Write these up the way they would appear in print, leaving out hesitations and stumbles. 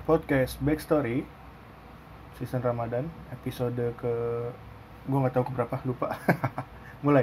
podcast Backstory season Ramadan episode ke gue nggak tahu keberapa, lupa. Mulai.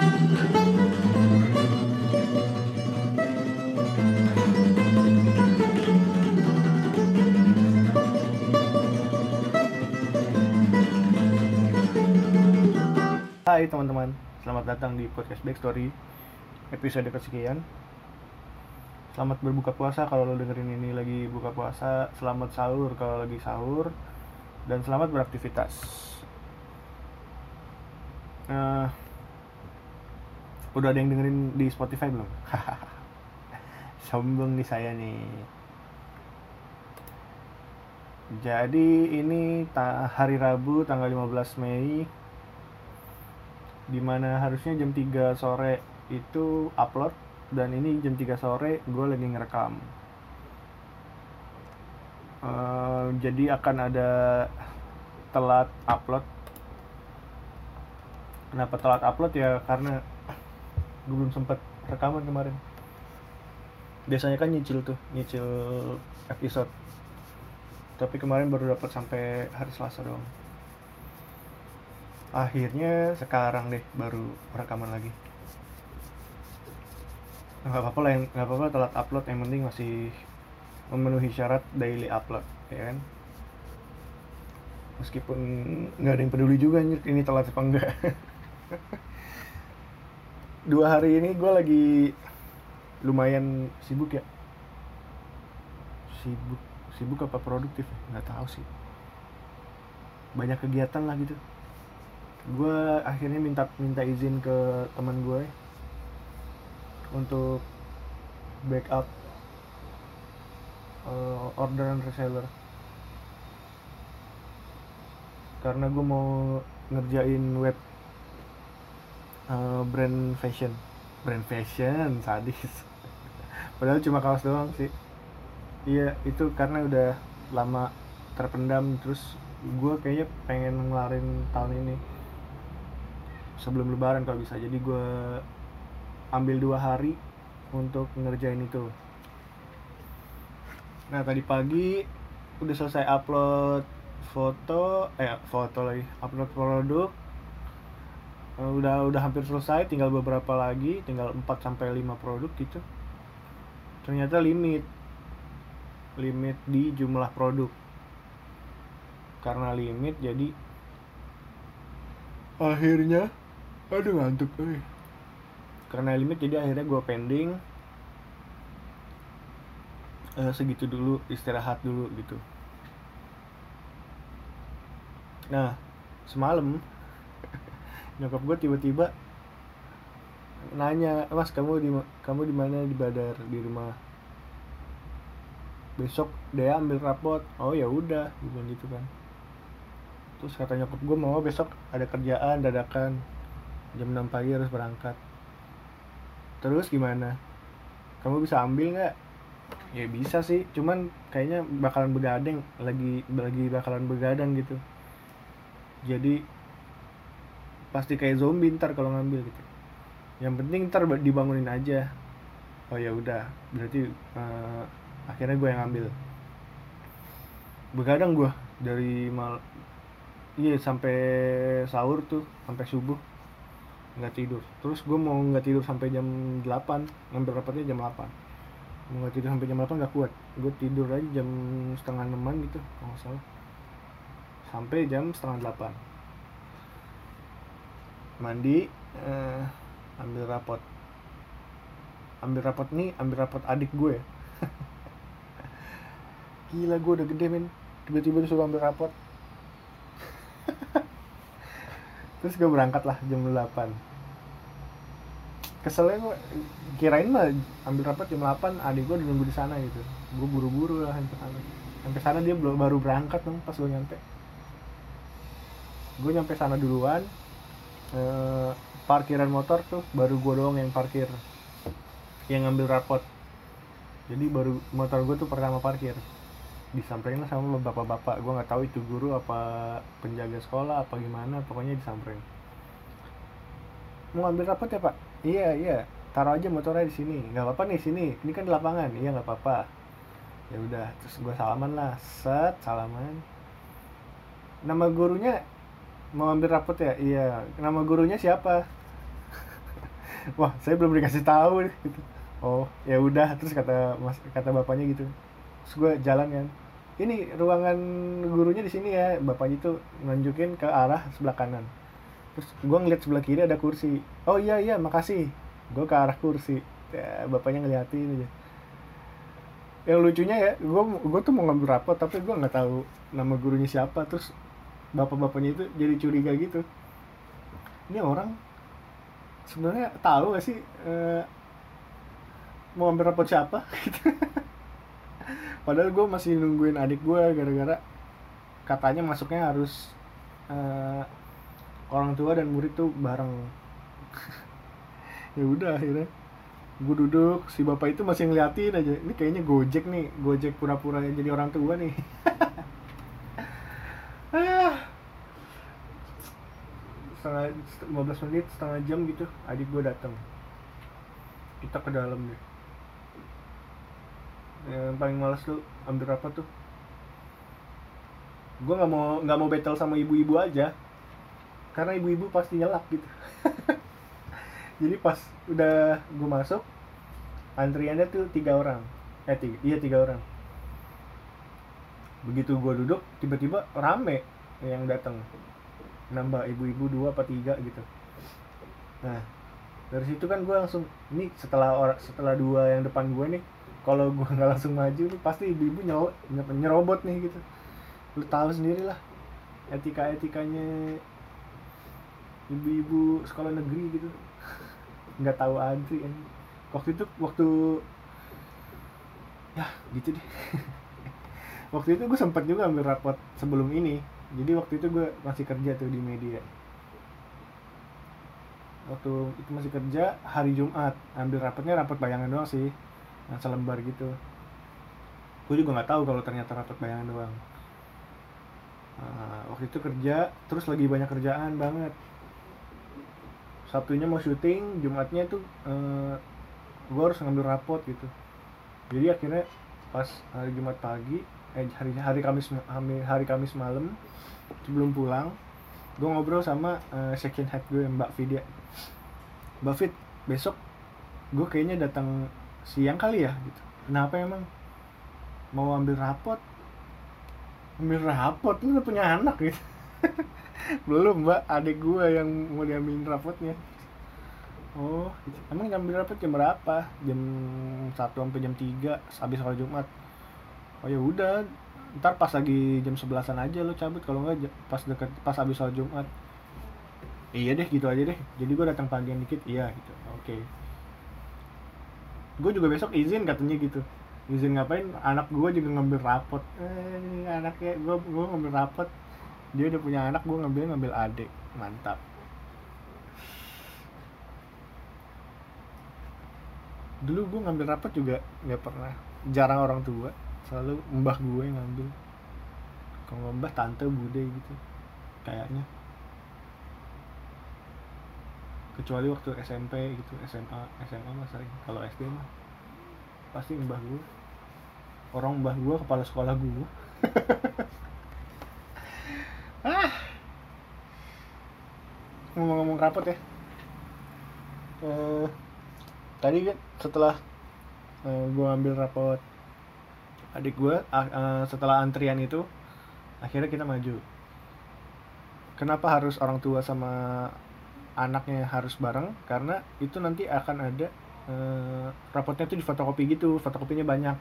Hai teman-teman, selamat datang di podcast Backstory episode kesekian. Selamat berbuka puasa kalau lo dengerin ini lagi buka puasa. Selamat sahur kalau lagi sahur. Dan selamat beraktivitas. Udah ada yang dengerin di Spotify belum? Sombong nih saya nih. Jadi ini hari Rabu tanggal 15 Mei, dimana harusnya jam 3 sore itu upload. Dan ini jam 3 sore gue lagi ngerekam. Jadi akan ada telat upload. Kenapa telat upload ya? Karena gue belum sempat rekaman kemarin. Biasanya kan nyicil episode. Tapi kemarin baru dapat sampai hari Selasa doang. Akhirnya sekarang deh baru rekaman lagi. Nggak apa-apa telat upload, yang penting masih memenuhi syarat daily upload, ya kan? Meskipun nggak ada yang peduli juga anjir ini telat apa enggak. 2 hari ini gue lagi lumayan sibuk ya. Sibuk apa produktif? Nggak tahu sih. Banyak kegiatan lah gitu. Gue akhirnya minta izin ke teman gue untuk backup orderan reseller, karena gue mau ngerjain web brand fashion sadis. Padahal cuma kaos doang sih. Iya, itu karena udah lama terpendam. Terus gue kayaknya pengen ngelarin tahun ini sebelum lebaran kalau bisa. Jadi gue ambil 2 hari untuk ngerjain itu. Nah, tadi pagi udah selesai upload foto lagi, upload produk. Udah hampir selesai, tinggal beberapa lagi, tinggal 4-5 produk gitu. Ternyata limit di jumlah produk. Karena limit jadi akhirnya ngantuk. Karena limit jadi akhirnya gue pending segitu dulu, istirahat dulu gitu. Nah, semalam nyokap gue tiba-tiba nanya, "Mas, kamu di mana?" "Di Badar, di rumah." "Besok dia ambil rapot." "Oh ya udah," gue bilang gitu kan. Terus kata nyokap gue, "Mau besok ada kerjaan dadakan, jam 6 pagi harus berangkat." "Terus gimana? Kamu bisa ambil nggak?" "Ya bisa sih, cuman kayaknya bakalan begadang, lagi bakalan begadang gitu. Jadi pasti kayak zombie ntar kalau ngambil gitu. Yang penting ntar dibangunin aja." "Oh ya udah," berarti akhirnya gue yang ngambil. Begadang gue dari sampai sahur tuh, sampai subuh nggak tidur. Terus gue mau nggak tidur sampai jam 8, ngambil rapatnya jam 8. Mau nggak tidur sampai jam 8 nggak kuat. Gue tidur aja jam setengah 6 gitu kalau nggak salah, sampai jam setengah 8. Mandi, ambil rapot adik gue ya. Gila, gue udah gede men, tiba-tiba disuruh ambil rapot. Terus gue berangkat lah jam 8. Keselnya gue kirain mah ambil rapat jam 8, adik gue udah nunggu di sana gitu. Gue buru-buru lah sampai sana dia baru berangkat dong pas gue nyampe. Gue nyampe sana duluan. Parkiran motor tuh baru gue doang yang parkir, yang ngambil rapot. Jadi baru motor gue tuh pertama parkir. Disamperin lah sama bapak-bapak. Gue nggak tahu itu guru apa penjaga sekolah apa gimana, pokoknya disamperin. "Mau ambil rapot ya Pak?" Iya, taruh aja motornya di sini." "Nggak apa-apa nih, sini, ini kan di lapangan." "Iya nggak apa-apa." Ya udah, terus gue salaman lah, salaman. Nama gurunya mau ambil rapot ya, iya, nama gurunya siapa? Wah, saya belum dikasih tahu gitu. Oh ya udah, terus kata bapaknya gitu. Terus gue jalan kan, ini ruangan gurunya di sini ya, bapaknya itu nunjukin ke arah sebelah kanan. Terus gue ngeliat sebelah kiri ada kursi. Oh iya iya, makasih. Gue ke arah kursi, ya, bapaknya ngeliatin aja. Yang lucunya ya, gue tuh mau ngambil rapot tapi gue nggak tahu nama gurunya siapa. Terus bapak-bapaknya itu jadi curiga gitu, ini orang sebenarnya tahu gak sih mau ambil rapot siapa gitu. Padahal gue masih nungguin adik gue, gara-gara katanya masuknya harus eh, orang tua dan murid tuh bareng. Ya udah, akhirnya gue duduk, si bapak itu masih ngeliatin aja, ini kayaknya Gojek nih, Gojek pura-pura jadi orang tua nih. Ah, setengah 15 menit, setengah jam gitu, adik gue datang, kita ke dalam deh. Yang paling males tuh ambil apa tuh, gue nggak mau battle sama ibu-ibu aja, karena ibu-ibu pasti nyelak gitu. Jadi pas udah gue masuk, antriannya tuh 3 orang, iya 3 orang. Begitu gue duduk, tiba-tiba rame yang datang, nambah ibu-ibu 2 apa 3 gitu. Nah, dari situ kan gue langsung, ini setelah 2 yang depan gue nih, kalau gue nggak langsung maju nih pasti ibu-ibu nyerobot nih gitu. Lu tahu sendiri lah, etikanya ibu-ibu sekolah negeri gitu, nggak tahu antri kan. Waktu ya gitu deh. Waktu itu gue sempat juga ambil rapot sebelum ini. Jadi waktu itu gue masih kerja tuh di media. Waktu itu masih kerja, hari Jumat ambil rapotnya, rapot bayangan doang sih, yang selembar gitu. Gue juga nggak tahu kalau ternyata rapot bayangan doang. Waktu itu kerja, terus lagi banyak kerjaan banget. Sabtunya mau syuting, Jumatnya tuh gue harus ngambil rapot gitu. Jadi akhirnya pas hari Jumat pagi, hari Kamis malam sebelum pulang, gue ngobrol sama section head gue, Mbak Vidya. Mbak Vid, besok gue kayaknya datang siang kali ya gitu. Kenapa emang? Mau ambil rapot? Ambil rapot? Lu udah punya anak gitu? Belum mbak, adik gue yang mau diambilin rapotnya. Oh, emang ngambil rapot jam berapa? Jam 1 sampai jam 3 habis sholat Jumat. Oh ya udah, ntar pas lagi jam 11-an aja lo cabut, kalau nggak pas habis sholat Jumat. Iya deh, gitu aja deh. Jadi gue datang pagian dikit, iya gitu. Oke. Gue juga besok izin katanya gitu. Izin ngapain? Anak gue juga ngambil rapot. Anaknya gue ngambil rapot. Dia udah punya anak, gue ngambil adik. Mantap. Dulu gue ngambil rapot juga nggak pernah, jarang orang tua, selalu mbah gue yang ngambil. Kalau mbah, tante, bude gitu kayaknya. Kecuali waktu SMP gitu, SMA mah sering. Kalau SD mah pasti mbah gue, orang mbah gue kepala sekolah gue. Ah, ngomong-ngomong rapot ya, tadi kan setelah gue ambil rapot adik gue, setelah antrian itu akhirnya kita maju. Kenapa harus orang tua sama anaknya harus bareng? Karena itu nanti akan ada rapotnya tuh di fotokopi gitu, fotokopinya banyak.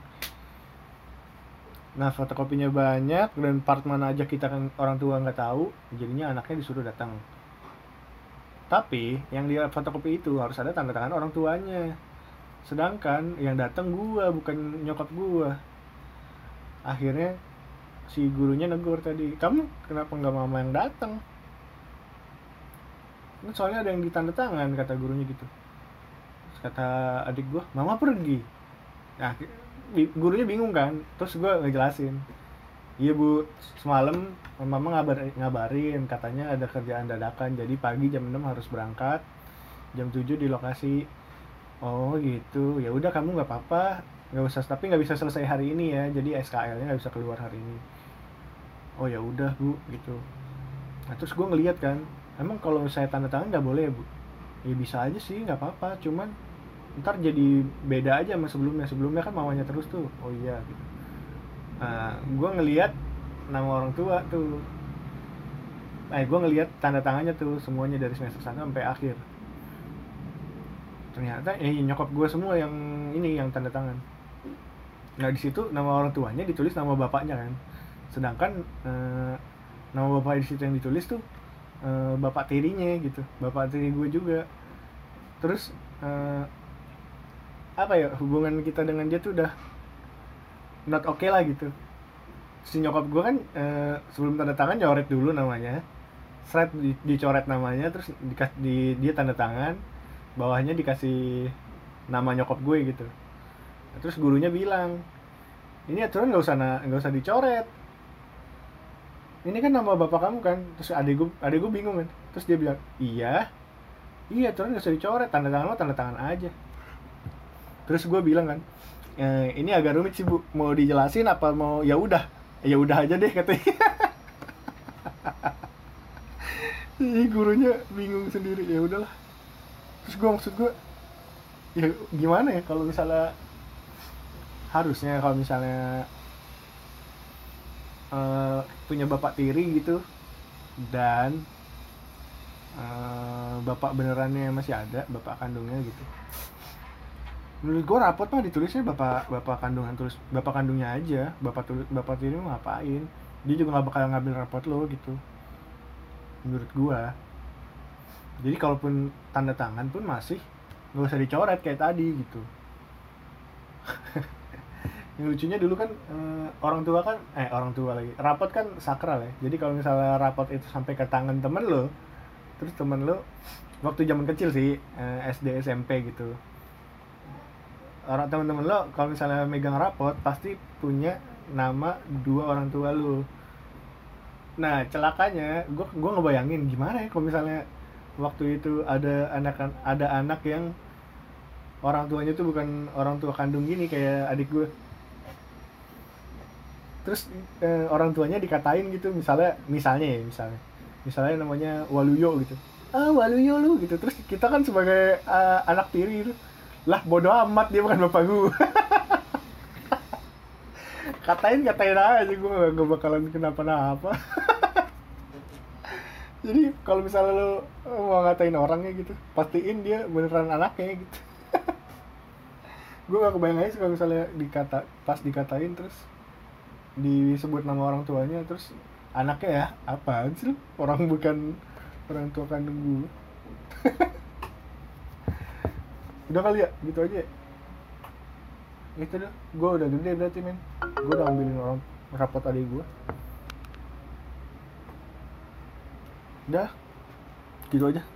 Nah, fotokopinya banyak dan part mana aja kita kan orang tua nggak tahu, jadinya anaknya disuruh datang. Tapi yang di fotokopi itu harus ada tanda tangan orang tuanya. Sedangkan yang datang gua, bukan nyokap gua. Akhirnya si gurunya negur tadi, kamu kenapa nggak mama yang datang? Soalnya ada yang ditanda tangan, kata gurunya gitu. Terus kata adik gua, mama pergi. Nah, gurunya bingung kan. Terus gua ngejelasin, iya bu, semalam mama ngabarin katanya ada kerjaan dadakan, jadi pagi jam 6 harus berangkat, jam 7 di lokasi. Oh gitu, ya udah kamu nggak apa-apa, tapi nggak bisa selesai hari ini ya, jadi SKL-nya nggak bisa keluar hari ini. Oh ya udah bu gitu. Nah terus gue ngeliat kan, emang kalau saya tanda tangan nggak boleh ya bu? Ya bisa aja sih, nggak apa-apa, cuman ntar jadi beda aja sama sebelumnya kan mamanya terus tuh. Oh iya gitu. Nah, gue ngeliat nama orang tua tuh, gue ngeliat tanda tangannya tuh semuanya dari semester 1 sampai akhir. Ternyata nyokap gue semua yang ini yang tanda tangan. Nah di situ nama orang tuanya ditulis nama bapaknya kan, sedangkan nama bapak di situ yang ditulis tuh bapak tirinya gitu, bapak tiri gue juga. Terus apa ya, hubungan kita dengan dia tuh udah not okay lah gitu. Si nyokap gue kan sebelum tanda tangan nyoret dulu namanya, dicoret namanya, terus dia tanda tangan, bawahnya dikasih nama nyokap gue gitu. Terus gurunya bilang, ini aturan nggak usah dicoret, ini kan nama bapak kamu kan. Terus adik gue bingung kan, terus dia bilang iya aturan nggak usah dicoret, tanda tangan lo tanda tangan aja. Terus gue bilang kan, ini agak rumit sih bu, mau dijelasin apa mau ya udah aja deh katanya. Ini gurunya bingung sendiri, ya udahlah. Terus maksud gue ya gimana ya, kalau misalnya harusnya kalau misalnya punya bapak tiri gitu dan bapak benerannya masih ada, bapak kandungnya gitu, menurut gue rapot mah ditulisnya bapak kandungnya aja. Bapak tiri mah ngapain, dia juga nggak bakal ngambil rapot lo gitu menurut gue. Jadi kalaupun tanda tangan pun masih nggak usah dicoret kayak tadi gitu. Yang lucunya dulu kan orang tua lagi, rapot kan sakral ya. Jadi kalau misalnya rapot itu sampai ke tangan temen lo, terus temen lo waktu zaman kecil sih, SD SMP gitu, teman-teman lo kalau misalnya megang rapot pasti punya nama dua orang tua lo. Nah celakanya gue ngebayangin gimana ya kalau misalnya waktu itu ada anak yang orang tuanya tuh bukan orang tua kandung gini kayak adik gue. Terus orang tuanya dikatain gitu, misalnya namanya Waluyo gitu, Waluyo lu gitu. Terus kita kan sebagai anak tiri gitu, lah bodo amat dia bukan bapak gue. katain aja, gue gak bakalan kenapa-napa. Jadi kalau misalnya lo mau ngatain orangnya gitu, pastiin dia beneran anaknya gitu. Gue gak kebayang aja kalau misalnya pas dikatain terus disebut nama orang tuanya, terus anaknya ya apaan sih lu, orang bukan orang tua kandung gue. Udah kali ya gitu aja ya? Itu dah, gue udah gede berarti men, gue udah ambilin orang rapot adik gue. Udah gitu aja.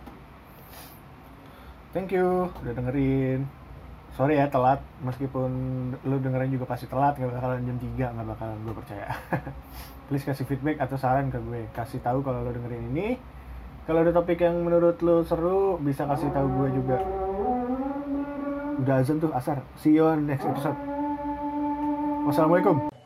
Thank you udah dengerin. Sorry ya telat, meskipun lu dengerin juga pasti telat, gak bakalan jam 3, gak bakalan gue percaya. Please kasih feedback atau saran ke gue, kasih tahu kalau lu dengerin ini. Kalau ada topik yang menurut lu seru, bisa kasih tahu gue juga. Udah azan tuh, asar. See you on next episode. Wassalamualaikum.